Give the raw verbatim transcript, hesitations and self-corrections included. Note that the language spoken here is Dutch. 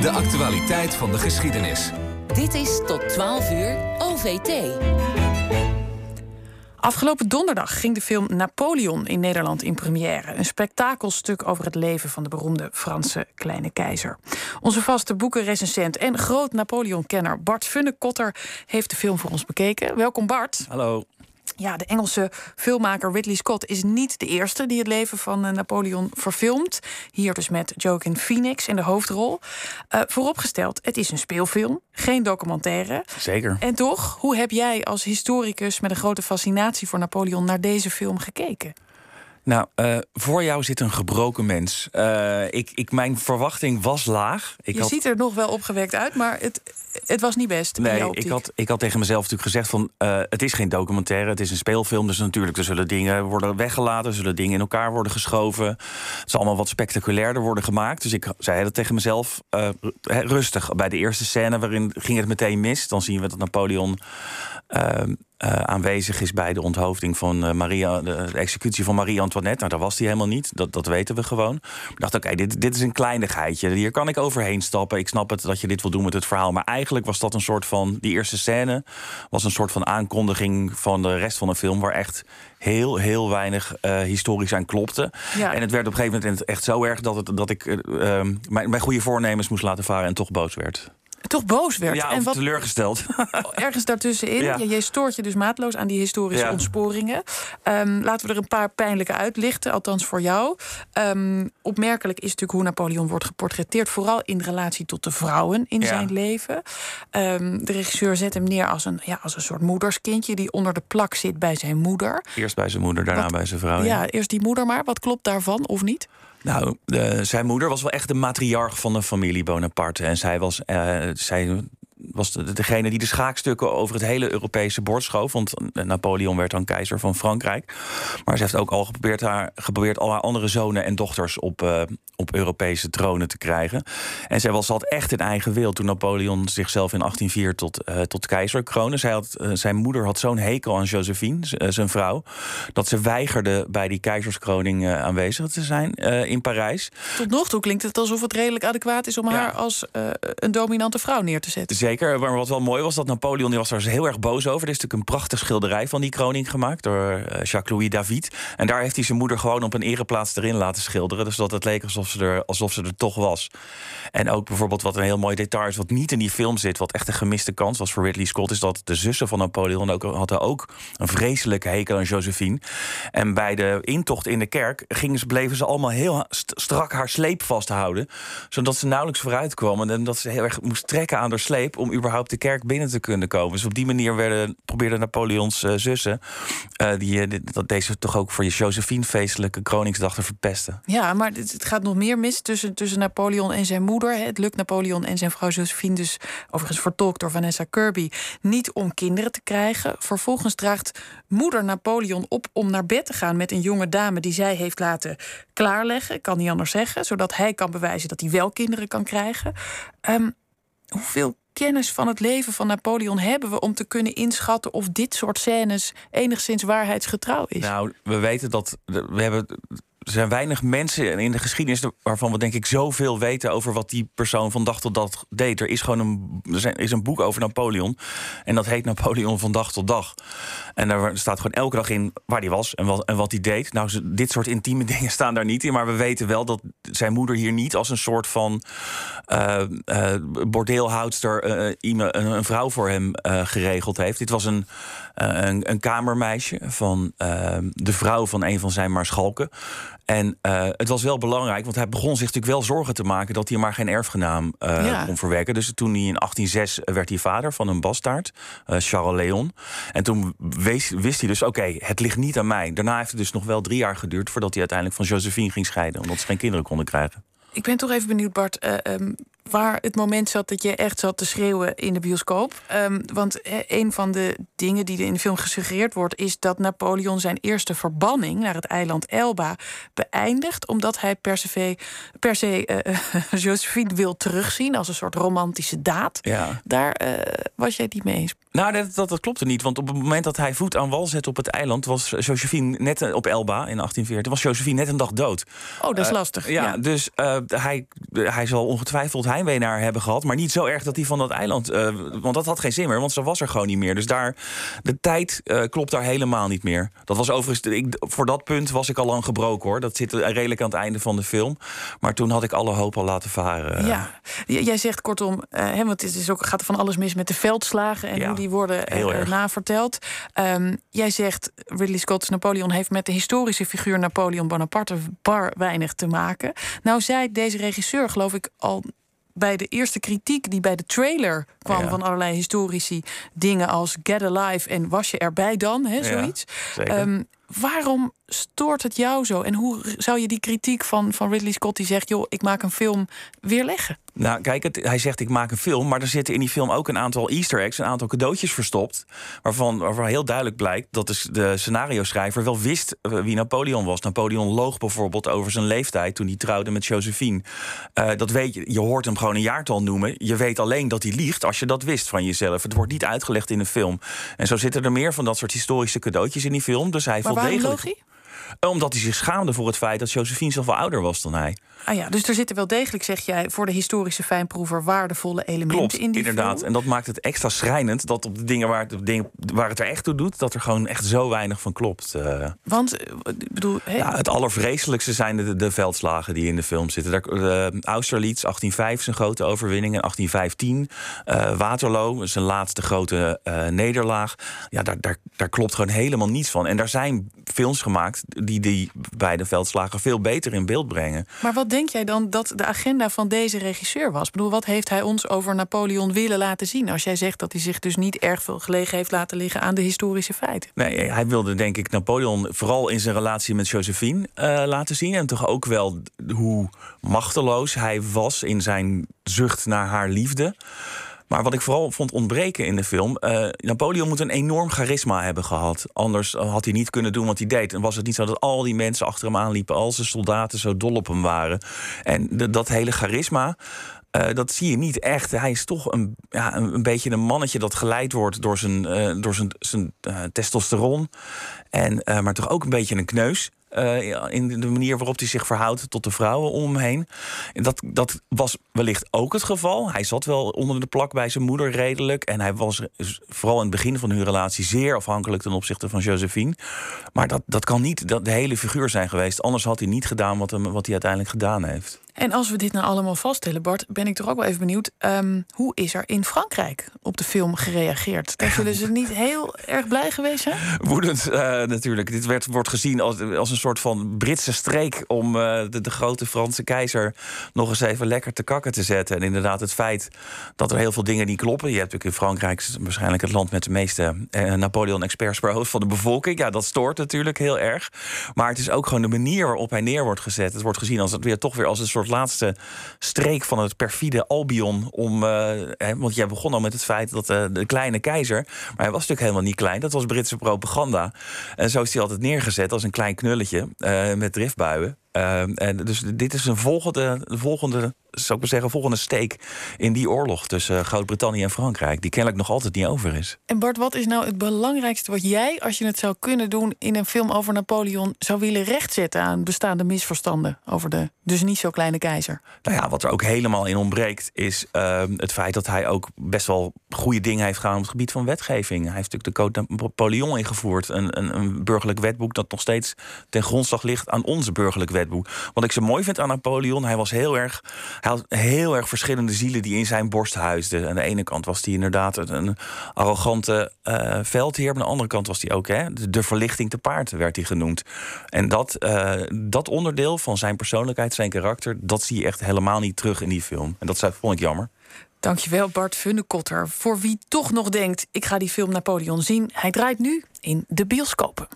De actualiteit van de geschiedenis. Dit is tot twaalf uur O V T. Afgelopen donderdag ging de film Napoleon in Nederland in première. Een spektakelstuk over het leven van de beroemde Franse kleine keizer. Onze vaste boekenrecensent en groot Napoleon-kenner Bart Funnekotter heeft de film voor ons bekeken. Welkom Bart. Hallo. Ja, de Engelse filmmaker Ridley Scott is niet de eerste die het leven van Napoleon verfilmt. Hier dus met Joaquin Phoenix in de hoofdrol. Uh, vooropgesteld, het is een speelfilm, geen documentaire. Zeker. En toch, hoe heb jij als historicus met een grote fascinatie voor Napoleon naar deze film gekeken? Nou, uh, voor jou zit een gebroken mens. Uh, ik, ik, mijn verwachting was laag. Ik Je had... ziet er nog wel opgewekt uit, maar het, het was niet best. Nee, ik had, ik had tegen mezelf natuurlijk gezegd van... Uh, het is geen documentaire, het is een speelfilm. Dus natuurlijk, er zullen dingen worden weggelaten... er zullen dingen in elkaar worden geschoven. Het zal allemaal wat spectaculairder worden gemaakt. Dus ik zei dat tegen mezelf uh, rustig. Bij de eerste scène waarin ging het meteen mis. Dan zien we dat Napoleon... Uh, Uh, aanwezig is bij de onthoofding van uh, Maria, de, de executie van Marie-Antoinette. Nou, daar was hij helemaal niet. Dat, dat weten we gewoon. Ik dacht, oké, okay, dit, dit is een kleinigheidje. Hier kan ik overheen stappen. Ik snap het dat je dit wil doen met het verhaal. Maar eigenlijk was dat een soort van... Die eerste scène was een soort van aankondiging van de rest van de film... waar echt heel, heel weinig uh, historisch aan klopte. Ja. En het werd op een gegeven moment echt zo erg... dat, het, dat ik uh, uh, mijn, mijn goede voornemens moest laten varen en toch boos werd. Toch boos werd. Ja, en wat teleurgesteld. Ergens daartussenin. Ja. Je, je stoort je dus maatloos aan die historische ja. ontsporingen. Um, laten we er een paar pijnlijke uitlichten, althans voor jou. Um, opmerkelijk is natuurlijk hoe Napoleon wordt geportretteerd, vooral in relatie tot de vrouwen in ja. zijn leven. Um, de regisseur zet hem neer als een, ja, als een soort moederskindje die onder de plak zit bij zijn moeder. Eerst bij zijn moeder, daarna wat, bij zijn vrouw. Ja, ja, eerst die moeder maar. Wat klopt daarvan, of niet? Nou, de, zijn moeder was wel echt de matriarch van de familie Bonaparte. En zij was, uh, zij was de, degene die de schaakstukken over het hele Europese bord schoof. Want Napoleon werd dan keizer van Frankrijk. Maar ze heeft ook al geprobeerd, haar, geprobeerd al haar andere zonen en dochters op, uh, op Europese tronen te krijgen. En zij was, had echt een eigen wil toen Napoleon zichzelf in achttien vier tot, uh, tot keizer kroonde. Zij had, uh, zijn moeder had zo'n hekel aan Josephine, uh, zijn vrouw, dat ze weigerde bij die keizerskroning uh, aanwezig te zijn uh, in Parijs. Tot nog toe klinkt het alsof het redelijk adequaat is om ja. haar als uh, een dominante vrouw neer te zetten. Zeker, maar wat wel mooi was, dat Napoleon die was daar heel erg boos over. Er is natuurlijk een prachtig schilderij van die kroning gemaakt door uh, Jacques-Louis David. En daar heeft hij zijn moeder gewoon op een ereplaats erin laten schilderen. Dus dat het leek alsof ze, er, alsof ze er toch was. En ook bijvoorbeeld wat een heel mooi detail is, wat niet in die film zit, wat echt een gemiste kans was voor Ridley Scott, is dat de zussen van Napoleon ook, hadden ook een vreselijke hekel aan Josephine. En bij de intocht in de kerk gingen ze, bleven ze allemaal heel strak haar sleep vasthouden, zodat ze nauwelijks vooruit kwam. En dat ze heel erg moest trekken aan haar sleep om überhaupt de kerk binnen te kunnen komen. Dus op die manier werden, probeerden Napoleons uh, zussen... Uh, die, uh, dat deze toch ook voor je Josephine feestelijke kroningsdag te verpesten. Ja, maar het, het gaat nog meer mis tussen, tussen Napoleon en zijn moeder. Het lukt Napoleon en zijn vrouw Josephine dus, overigens vertolkt door Vanessa Kirby, niet om kinderen te krijgen. Vervolgens draagt moeder Napoleon op om naar bed te gaan met een jonge dame die zij heeft laten klaarleggen, kan niet anders zeggen, zodat hij kan bewijzen dat hij wel kinderen kan krijgen. Um, hoeveel kennis van het leven van Napoleon hebben we om te kunnen inschatten of dit soort scènes enigszins waarheidsgetrouw is? Nou, we weten dat we hebben. Er zijn weinig mensen in de geschiedenis waarvan we denk ik zoveel weten over wat die persoon van dag tot dag deed. Er is gewoon een, er is een boek over Napoleon en dat heet Napoleon van dag tot dag. En daar staat gewoon elke dag in waar hij was en wat, en wat hij deed. Nou, dit soort intieme dingen staan daar niet in, maar we weten wel dat zijn moeder hier niet als een soort van uh, uh, bordeelhoudster uh, iemand, een, een vrouw voor hem uh, geregeld heeft. Dit was een, uh, een, een kamermeisje van uh, de vrouw van een van zijn maarschalken. En uh, het was wel belangrijk, want hij begon zich natuurlijk wel zorgen te maken dat hij maar geen erfgenaam uh, ja. kon verwerken. Dus toen hij in achttien zes werd hij vader van een bastaard, uh, Charles Léon. En toen wees, wist hij dus, oké, okay, het ligt niet aan mij. Daarna heeft het dus nog wel drie jaar geduurd voordat hij uiteindelijk van Josephine ging scheiden, omdat ze geen kinderen konden krijgen. Ik ben toch even benieuwd, Bart, uh, um, waar het moment zat dat je echt zat te schreeuwen in de bioscoop. Um, want uh, een van de dingen die er in de film gesuggereerd wordt, is dat Napoleon zijn eerste verbanning naar het eiland Elba beëindigt, omdat hij per se, per se uh, Josephine wil terugzien als een soort romantische daad. Ja. Daar uh, was jij het niet mee eens. Nou, dat, dat, dat klopte niet. Want op het moment dat hij voet aan wal zette op het eiland, was Josephine net op Elba in achttien veertig, was Josephine net een dag dood. Oh, dat is lastig. Uh, ja, ja, dus uh, hij, hij zal ongetwijfeld, hij heimwee naar hebben gehad. Maar niet zo erg dat hij van dat eiland... Uh, want dat had geen zin meer, want ze was er gewoon niet meer. Dus daar, de tijd uh, klopt daar helemaal niet meer. Dat was overigens... Ik, voor dat punt was ik al lang gebroken, hoor. Dat zit redelijk aan het einde van de film. Maar toen had ik alle hoop al laten varen. Ja, jij zegt kortom... Uh, hè, want het is ook, gaat er van alles mis met de veldslagen... en ja, hoe die worden uh, naverteld. Um, jij zegt, Ridley Scott's Napoleon... heeft met de historische figuur Napoleon Bonaparte... bar weinig te maken. Nou zei deze regisseur, geloof ik, al... bij de eerste kritiek die bij de trailer kwam... Ja. van allerlei historici, dingen als Get Alive... en was je erbij dan, hè, zoiets. Ja, um, waarom stoort het jou zo? En hoe zou je die kritiek van, van Ridley Scott... die zegt, joh, ik maak een film, weerleggen? Nou, kijk, het, hij zegt, ik maak een film... maar er zitten in die film ook een aantal easter eggs... een aantal cadeautjes verstopt... waarvan, waarvan heel duidelijk blijkt dat de, de scenario-schrijver wel wist wie Napoleon was. Napoleon loog bijvoorbeeld over zijn leeftijd... toen hij trouwde met Josephine. Uh, dat weet je, je hoort hem gewoon een jaartal noemen. Je weet alleen dat hij liegt als je dat wist van jezelf. Het wordt niet uitgelegd in een film. En zo zitten er meer van dat soort historische cadeautjes in die film. Dus hij maar waarom loog hij? Omdat hij zich schaamde voor het feit dat Josephine zoveel ouder was dan hij. Ah ja, dus er zitten wel degelijk, zeg jij, voor de historische fijnproever waardevolle elementen Klopt, in die inderdaad. film. En dat maakt het extra schrijnend dat op de dingen waar het, de dingen waar het er echt toe doet, dat er gewoon echt zo weinig van klopt. Uh, Want, ik bedoel... Hey. Ja, het allervreselijkste zijn de, de veldslagen die in de film zitten. Daar, uh, Austerlitz, achttien vijf, zijn grote overwinning. En achttien vijftien, uh, Waterloo, zijn laatste grote uh, nederlaag. Ja, daar, daar, daar klopt gewoon helemaal niets van. En daar zijn films gemaakt die die beide veldslagen veel beter in beeld brengen. Maar wat denk jij dan dat de agenda van deze regisseur was? Ik bedoel, wat heeft hij ons over Napoleon willen laten zien? Als jij zegt dat hij zich dus niet erg veel gelegen heeft laten liggen aan de historische feiten. Nee, hij wilde denk ik Napoleon vooral in zijn relatie met Josephine uh, laten zien. En toch ook wel hoe machteloos hij was in zijn zucht naar haar liefde. Maar wat ik vooral vond ontbreken in de film... Uh, Napoleon moet een enorm charisma hebben gehad. Anders had hij niet kunnen doen wat hij deed. En was het niet zo dat al die mensen achter hem aanliepen... al zijn soldaten zo dol op hem waren. En de, dat hele charisma... Uh, dat zie je niet echt. Hij is toch een, ja, een, een beetje een mannetje dat geleid wordt door zijn, uh, door zijn, zijn uh, testosteron. En, uh, maar toch ook een beetje een kneus. Uh, in de manier waarop hij zich verhoudt tot de vrouwen om hem heen. En dat, dat was wellicht ook het geval. Hij zat wel onder de plak bij zijn moeder redelijk. En hij was vooral in het begin van hun relatie zeer afhankelijk ten opzichte van Josephine. Maar dat, dat kan niet dat de hele figuur zijn geweest. Anders had hij niet gedaan wat, hem, wat hij uiteindelijk gedaan heeft. En als we dit nou allemaal vaststellen, Bart, ben ik toch ook wel even benieuwd. Um, hoe is er in Frankrijk op de film gereageerd? Daar zullen ze niet heel erg blij geweest zijn? Woedend, uh, natuurlijk. Dit werd, wordt gezien als, als een soort van Britse streek om uh, de, de grote Franse keizer nog eens even lekker te kakken te zetten. En inderdaad het feit dat er heel veel dingen niet kloppen. Je hebt natuurlijk in Frankrijk waarschijnlijk het land met de meeste uh, Napoleon-experts per hoofd van de bevolking. Ja, dat stoort natuurlijk heel erg. Maar het is ook gewoon de manier waarop hij neer wordt gezet. Het wordt gezien als het weer toch weer als een soort laatste streek van het perfide Albion. Om, uh, hè, want jij begon al met het feit dat uh, de kleine keizer... maar hij was natuurlijk helemaal niet klein. Dat was Britse propaganda. En zo is hij altijd neergezet als een klein knulletje uh, met driftbuien. Uh, en dus dit is een volgende, volgende, zou ik maar zeggen, volgende steek in die oorlog tussen Groot-Brittannië en Frankrijk, die kennelijk nog altijd niet over is. En Bart, wat is nou het belangrijkste wat jij, als je het zou kunnen doen in een film over Napoleon, zou willen rechtzetten aan bestaande misverstanden over de dus niet zo kleine keizer? Nou ja, wat er ook helemaal in ontbreekt is uh, het feit dat hij ook best wel goede dingen heeft gedaan op het gebied van wetgeving. Hij heeft natuurlijk de Code Napoleon ingevoerd, een, een, een burgerlijk wetboek dat nog steeds ten grondslag ligt aan onze burgerlijk wetboek. Wat ik zo mooi vind aan Napoleon, hij was heel erg, hij had heel erg verschillende zielen die in zijn borst huisden. Aan de ene kant was hij inderdaad een arrogante uh, veldheer, aan de andere kant was hij ook hè, de, de verlichting te paard, werd hij genoemd. En dat, uh, dat onderdeel van zijn persoonlijkheid, zijn karakter, dat zie je echt helemaal niet terug in die film. En dat vond ik jammer. Dankjewel, Bart Funnekotter. Voor wie toch nog denkt, ik ga die film Napoleon zien, hij draait nu in de bioscopen.